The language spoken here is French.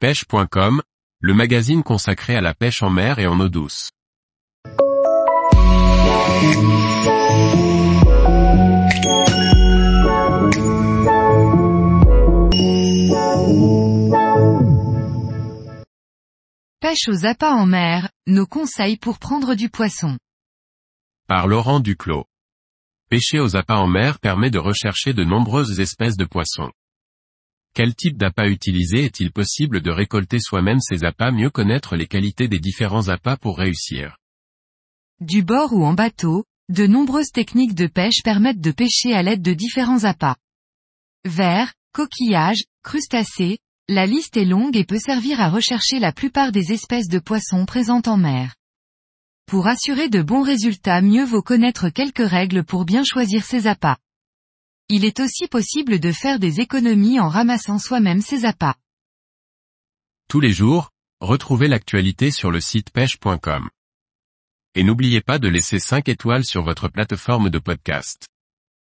pêche.com, le magazine consacré à la pêche en mer et en eau douce. Pêche aux appâts en mer, nos conseils pour prendre du poisson. Par Laurent Duclos. Pêcher aux appâts en mer permet de rechercher de nombreuses espèces de poissons. Quel type d'appât utiliser? Est-il possible de récolter soi-même ces appâts? Mieux connaître les qualités des différents appâts pour réussir. Du bord ou en bateau, de nombreuses techniques de pêche permettent de pêcher à l'aide de différents appâts. Vers, coquillages, crustacés, la liste est longue et peut servir à rechercher la plupart des espèces de poissons présentes en mer. Pour assurer de bons résultats, mieux vaut connaître quelques règles pour bien choisir ses appâts. Il est aussi possible de faire des économies en ramassant soi-même ses appâts. Tous les jours, retrouvez l'actualité sur le site pêche.com. Et n'oubliez pas de laisser 5 étoiles sur votre plateforme de podcast.